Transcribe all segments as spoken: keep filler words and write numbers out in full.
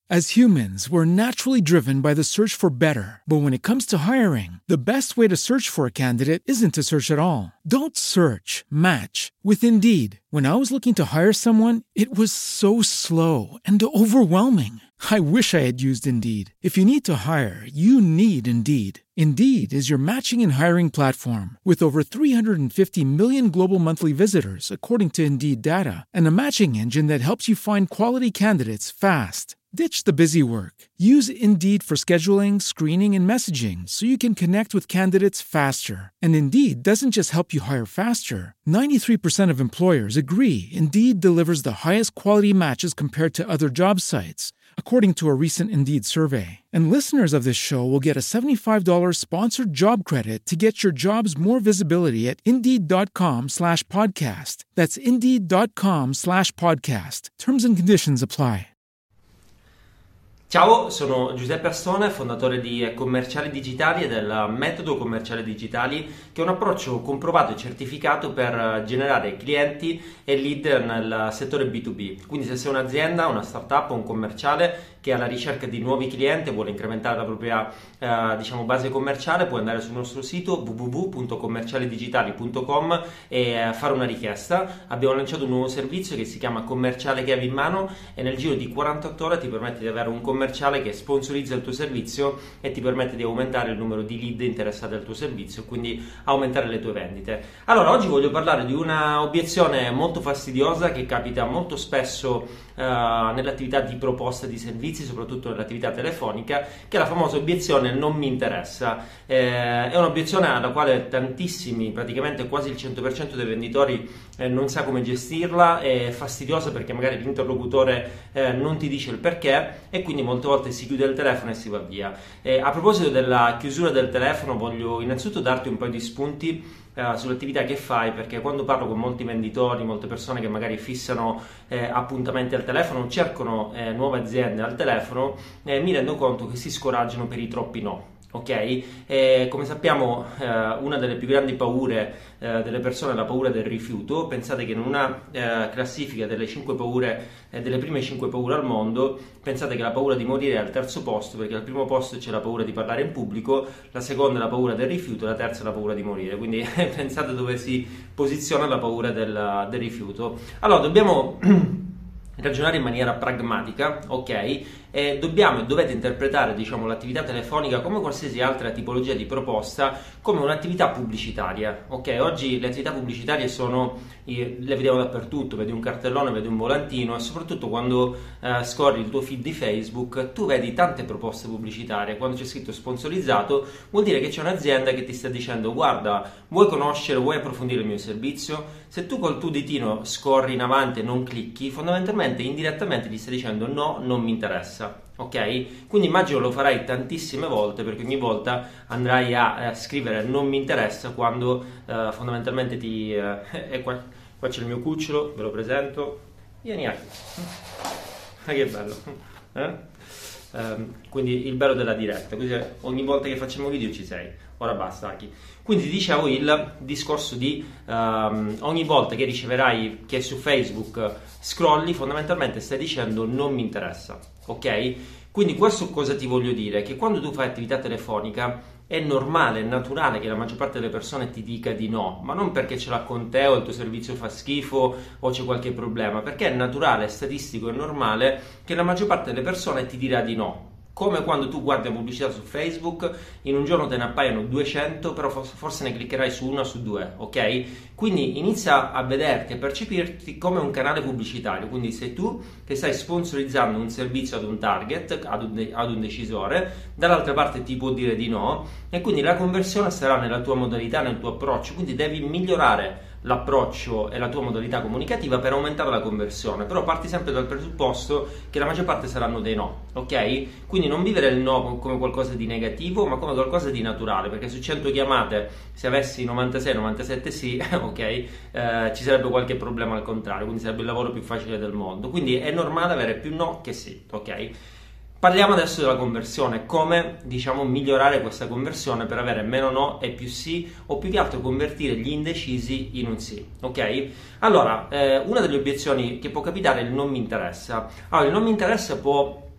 As humans, we're naturally driven by the search for better. But when it comes to hiring, the best way to search for a candidate isn't to search at all. Don't search, match with Indeed. When I was looking to hire someone, it was so slow and overwhelming. I wish I had used Indeed. If you need to hire, you need Indeed. Indeed is your matching and hiring platform with over three hundred fifty million global monthly visitors, according to Indeed data, and a matching engine that helps you find quality candidates fast. Ditch the busy work. Use Indeed for scheduling, screening, and messaging so you can connect with candidates faster. And Indeed doesn't just help you hire faster. ninety-three percent of employers agree Indeed delivers the highest quality matches compared to other job sites, according to a recent Indeed survey. And listeners of this show will get a seventy-five dollars sponsored job credit to get your jobs more visibility at Indeed.com slash podcast. That's Indeed.com slash podcast. Terms and conditions apply. Ciao, sono Giuseppe Astone, fondatore di Commerciali Digitali e del metodo Commerciali Digitali, che è un approccio comprovato e certificato per generare clienti e lead nel settore B due B. Quindi se sei un'azienda, una startup o un commerciale che è alla ricerca di nuovi clienti e vuole incrementare la propria eh, diciamo base commerciale, puoi andare sul nostro sito w w w punto commerciali digitali punto com e fare una richiesta. Abbiamo lanciato un nuovo servizio che si chiama Commerciale Chiavi in Mano e nel giro di quarantotto ore ti permette di avere un commerciale che sponsorizza il tuo servizio e ti permette di aumentare il numero di lead interessati al tuo servizio, quindi aumentare le tue vendite. Allora, oggi voglio parlare di una obiezione molto fastidiosa che capita molto spesso uh, nell'attività di proposta di servizi, soprattutto nell'attività telefonica, che è la famosa obiezione non mi interessa. Eh, è un'obiezione alla quale tantissimi, praticamente quasi il cento per cento dei venditori eh, non sa come gestirla, è fastidiosa perché magari l'interlocutore eh, non ti dice il perché e quindi molte volte si chiude il telefono e si va via. Eh, a proposito della chiusura del telefono, voglio innanzitutto darti un paio di spunti Uh, sull'attività che fai, perché quando parlo con molti venditori, molte persone che magari fissano eh, appuntamenti al telefono, cercano eh, nuove aziende al telefono, eh, mi rendo conto che si scoraggiano per i troppi no. Ok? E come sappiamo, eh, una delle più grandi paure eh, delle persone è la paura del rifiuto. Pensate che in una eh, classifica delle cinque paure, eh, delle prime cinque paure al mondo, pensate che la paura di morire è al terzo posto, perché al primo posto c'è la paura di parlare in pubblico, la seconda è la paura del rifiuto, la terza è la paura di morire. Quindi pensate dove si posiziona la paura del, del rifiuto. Allora, dobbiamo ragionare in maniera pragmatica, ok? E dobbiamo e dovete interpretare, diciamo, l'attività telefonica come qualsiasi altra tipologia di proposta, come un'attività pubblicitaria, ok? Oggi le attività pubblicitarie sono, le vediamo dappertutto, vedi un cartellone, vedi un volantino e soprattutto quando eh, scorri il tuo feed di Facebook tu vedi tante proposte pubblicitarie. Quando c'è scritto sponsorizzato vuol dire che c'è un'azienda che ti sta dicendo: guarda, vuoi conoscere, vuoi approfondire il mio servizio? Se tu col tuo ditino scorri in avanti e non clicchi, fondamentalmente indirettamente gli stai dicendo no, non mi interessa. Ok? Quindi immagino lo farai tantissime volte, perché ogni volta andrai a, a scrivere non mi interessa quando uh, fondamentalmente ti uh, e qua, qua c'è il mio cucciolo, ve lo presento, vieni a ah, che bello, eh? Um, quindi il bello della diretta, così ogni volta che facciamo video ci sei. Ora basta, Aki. Quindi dicevo il discorso di um, ogni volta che riceverai, che su Facebook scrolli, fondamentalmente stai dicendo non mi interessa, ok? Quindi questo cosa ti voglio dire? Che quando tu fai attività telefonica è normale, è naturale che la maggior parte delle persone ti dica di no, ma non perché ce l'ha con te o il tuo servizio fa schifo o c'è qualche problema, perché è naturale, è statistico, è normale che la maggior parte delle persone ti dirà di no. Come quando tu guardi la pubblicità su Facebook, in un giorno te ne appaiono duecento, però forse ne cliccherai su una o su due, ok? Quindi inizia a vederti, a percepirti come un canale pubblicitario, quindi sei tu che stai sponsorizzando un servizio ad un target, ad un, de- ad un decisore, dall'altra parte ti può dire di no, e quindi la conversione sarà nella tua modalità, nel tuo approccio, quindi devi migliorare l'approccio e la tua modalità comunicativa per aumentare la conversione, però parti sempre dal presupposto che la maggior parte saranno dei no, ok? Quindi non vivere il no come qualcosa di negativo, ma come qualcosa di naturale, perché su cento chiamate, se avessi novantasei novantasette sì, ok, eh, ci sarebbe qualche problema al contrario, quindi sarebbe il lavoro più facile del mondo, quindi è normale avere più no che sì, ok? Parliamo adesso della conversione, come diciamo migliorare questa conversione per avere meno no e più sì, o più che altro convertire gli indecisi in un sì, ok? Allora, eh, una delle obiezioni che può capitare è il non mi interessa. Allora, il non mi interessa può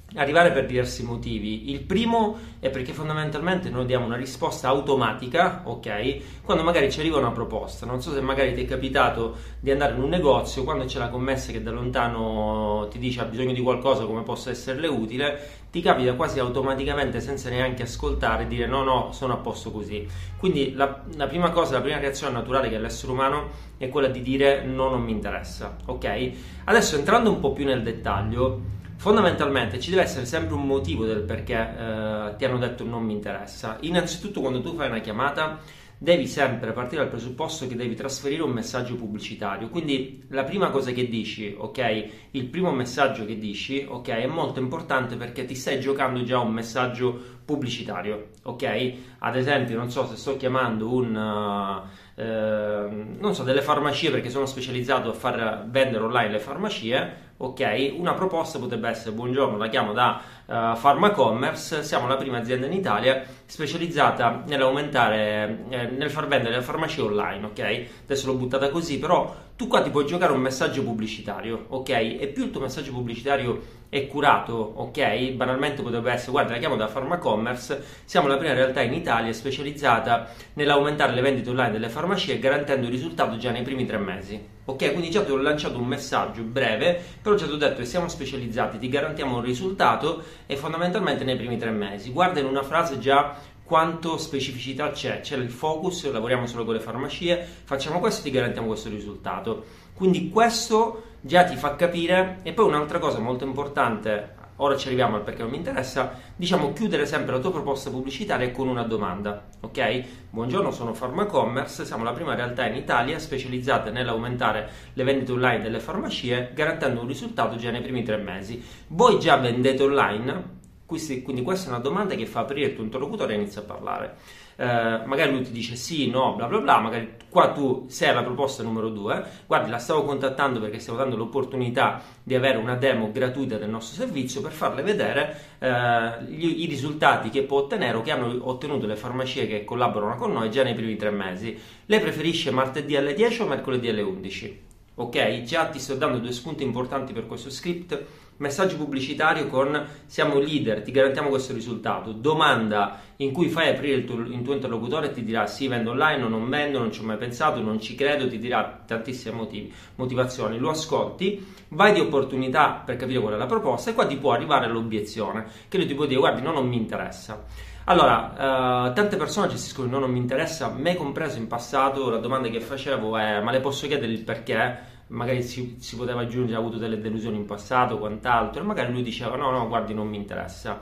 arrivare per diversi motivi. Il primo è perché fondamentalmente noi diamo una risposta automatica, ok? Quando magari ci arriva una proposta. Non so se magari ti è capitato di andare in un negozio, quando c'è la commessa che da lontano ti dice ha bisogno di qualcosa, come possa esserle utile, ti capita quasi automaticamente, senza neanche ascoltare, dire no no, sono a posto così. Quindi la, la prima cosa, la prima reazione naturale che ha l'essere umano è quella di dire no, non mi interessa, ok? Adesso, entrando un po' più nel dettaglio, fondamentalmente ci deve essere sempre un motivo del perché eh, ti hanno detto non mi interessa. Innanzitutto, quando tu fai una chiamata, devi sempre partire dal presupposto che devi trasferire un messaggio pubblicitario. Quindi la prima cosa che dici, ok, il primo messaggio che dici, ok, è molto importante perché ti stai giocando già un messaggio pubblicitario, ok? Ad esempio, non so, se sto chiamando un uh, eh, non so, delle farmacie, perché sono specializzato a far vendere online le farmacie. Ok, una proposta potrebbe essere: buongiorno, la chiamo da uh, Pharmacommerce, siamo la prima azienda in Italia specializzata nell'aumentare, eh, nel far vendere le farmacie online, ok? Adesso l'ho buttata così, però tu qua ti puoi giocare un messaggio pubblicitario, ok? E più il tuo messaggio pubblicitario è curato, ok? Banalmente potrebbe essere: guarda, la chiamo da Pharmacommerce, siamo la prima realtà in Italia specializzata nell'aumentare le vendite online delle farmacie, garantendo il risultato già nei primi tre mesi. Ok, quindi già ti ho lanciato un messaggio breve, però già ti ho detto che siamo specializzati, ti garantiamo un risultato e fondamentalmente nei primi tre mesi. Guarda in una frase già quanto specificità c'è, c'è il focus, lavoriamo solo con le farmacie, facciamo questo e ti garantiamo questo risultato. Quindi questo già ti fa capire. E poi un'altra cosa molto importante, ora ci arriviamo al perché non mi interessa, diciamo, chiudere sempre la tua proposta pubblicitaria con una domanda, ok? Buongiorno, sono Pharmacommerce, siamo la prima realtà in Italia specializzata nell'aumentare le vendite online delle farmacie, garantendo un risultato già nei primi tre mesi. Voi già vendete online? Quindi questa è una domanda che fa aprire il tuo interlocutore e inizia a parlare. Eh, magari lui ti dice sì, no, bla bla bla, magari qua tu sei alla proposta numero due, guardi, la stavo contattando perché stiamo dando l'opportunità di avere una demo gratuita del nostro servizio per farle vedere eh, gli, i risultati che può ottenere o che hanno ottenuto le farmacie che collaborano con noi già nei primi tre mesi. Lei preferisce martedì alle dieci o mercoledì alle undici? Ok, già ti sto dando due spunti importanti per questo script. Messaggio pubblicitario con siamo leader, ti garantiamo questo risultato. Domanda in cui fai aprire il tuo, il tuo interlocutore e ti dirà sì, vendo online o non vendo, non ci ho mai pensato, non ci credo, ti dirà tantissime motivi, motivazioni. Lo ascolti, vai di opportunità per capire qual è la proposta e qua ti può arrivare l'obiezione, che lui ti può dire guardi, no, non mi interessa. Allora, uh, tante persone gestiscono il no, non mi interessa, me compreso in passato. La domanda che facevo è: ma le posso chiedere il perché? Magari si, si poteva aggiungere, ha avuto delle delusioni in passato, quant'altro, e magari lui diceva no, no, guardi, non mi interessa.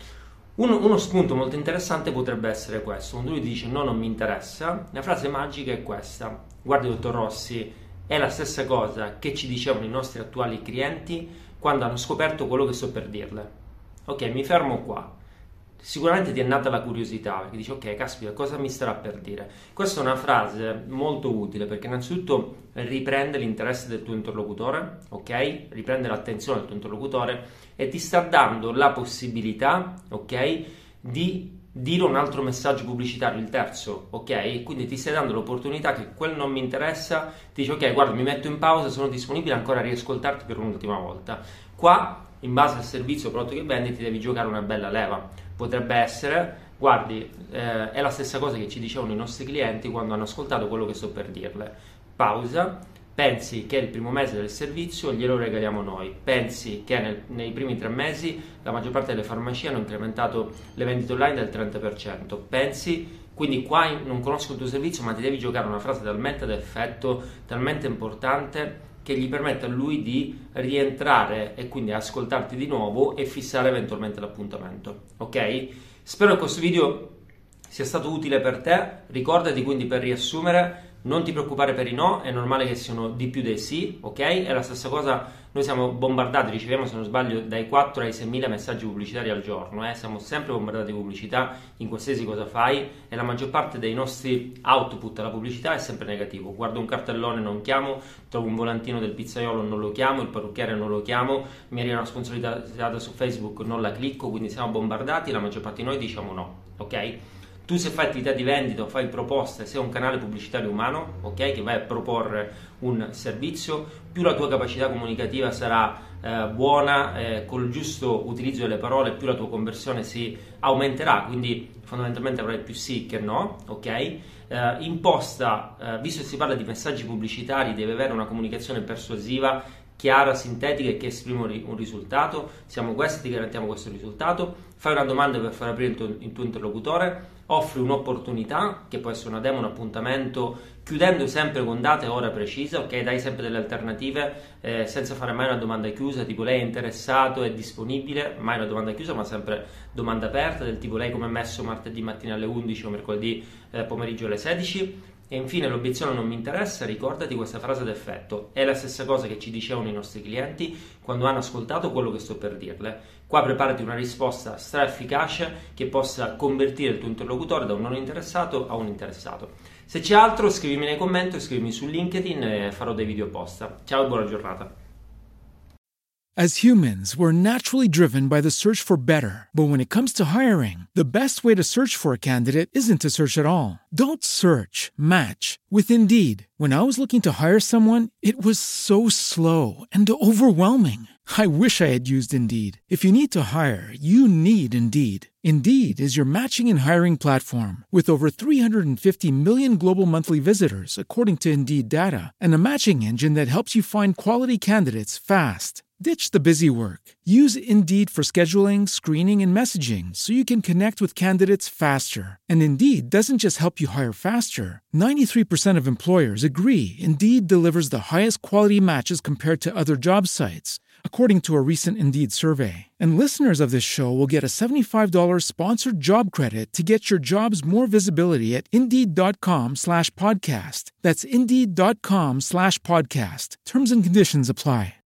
Uno, uno spunto molto interessante potrebbe essere questo: quando lui dice no, non mi interessa, la frase magica è questa: guardi, dottor Rossi, è la stessa cosa che ci dicevano i nostri attuali clienti quando hanno scoperto quello che sto per dirle. Ok, mi fermo qua. Sicuramente ti è nata la curiosità, perché dici ok, caspita, cosa mi starà per dire? Questa è una frase molto utile perché innanzitutto riprende l'interesse del tuo interlocutore, ok? Riprende l'attenzione del tuo interlocutore e ti sta dando la possibilità, ok, di dire un altro messaggio pubblicitario, il terzo, ok? Quindi ti stai dando l'opportunità che quel non mi interessa, ti dice ok, guarda, mi metto in pausa, sono disponibile ancora a riascoltarti per un'ultima volta. Qua, in base al servizio o prodotto che vendi, ti devi giocare una bella leva. Potrebbe essere, guardi, eh, è la stessa cosa che ci dicevano i nostri clienti quando hanno ascoltato quello che sto per dirle. Pausa, pensi che il primo mese del servizio glielo regaliamo noi, pensi che nel, nei primi tre mesi la maggior parte delle farmacie hanno incrementato le vendite online del trenta per cento, pensi, quindi qua non conosco il tuo servizio, ma ti devi giocare una frase talmente ad effetto, talmente importante, che gli permette a lui di rientrare e quindi ascoltarti di nuovo e fissare eventualmente l'appuntamento, ok? Spero che questo video sia stato utile per te. Ricordati quindi, per riassumere, non ti preoccupare per i no, è normale che siano di più dei sì, ok? È la stessa cosa, noi siamo bombardati, riceviamo se non sbaglio dai quattro ai seimila messaggi pubblicitari al giorno, eh? Siamo sempre bombardati di pubblicità in qualsiasi cosa fai e la maggior parte dei nostri output alla pubblicità è sempre negativo. Guardo un cartellone, non chiamo, trovo un volantino del pizzaiolo, non lo chiamo, il parrucchiere non lo chiamo, mi arriva una sponsorizzata su Facebook, non la clicco, quindi siamo bombardati, la maggior parte di noi diciamo no, ok? Tu se fai attività di vendita o fai proposte, sei un canale pubblicitario umano, ok, che vai a proporre un servizio, più la tua capacità comunicativa sarà eh, buona, eh, col giusto utilizzo delle parole, più la tua conversione si aumenterà, quindi fondamentalmente avrai più sì che no, ok? Eh, imposta, eh, visto che si parla di messaggi pubblicitari, deve avere una comunicazione persuasiva, chiara, sintetica e che esprime un risultato. Siamo questi, ti garantiamo questo risultato. Fai una domanda per far aprire il tuo, il tuo interlocutore, offri un'opportunità che può essere una demo, un appuntamento, chiudendo sempre con data e ora precisa, ok? Dai sempre delle alternative eh, senza fare mai una domanda chiusa, tipo lei è interessato, è disponibile, mai una domanda chiusa ma sempre domanda aperta, del tipo lei come è messo martedì mattina alle undici o mercoledì eh, pomeriggio alle sedici. E infine l'obiezione non mi interessa, ricordati questa frase d'effetto, è la stessa cosa che ci dicevano i nostri clienti quando hanno ascoltato quello che sto per dirle. Qua preparati una risposta stra efficace che possa convertire il tuo interlocutore da un non interessato a un interessato. Se c'è altro scrivimi nei commenti o scrivimi su LinkedIn e farò dei video apposta. Ciao e buona giornata. As humans, we're naturally driven by the search for better. But when it comes to hiring, the best way to search for a candidate isn't to search at all. Don't search, match with Indeed. When I was looking to hire someone, it was so slow and overwhelming. I wish I had used Indeed. If you need to hire, you need Indeed. Indeed is your matching and hiring platform with over three hundred fifty million global monthly visitors, according to Indeed data, and a matching engine that helps you find quality candidates fast. Ditch the busy work. Use Indeed for scheduling, screening, and messaging so you can connect with candidates faster. And Indeed doesn't just help you hire faster. ninety-three percent of employers agree Indeed delivers the highest quality matches compared to other job sites, according to a recent Indeed survey. And listeners of this show will get a seventy-five dollars sponsored job credit to get your jobs more visibility at Indeed.com slash podcast. That's Indeed.com slash podcast. Terms and conditions apply.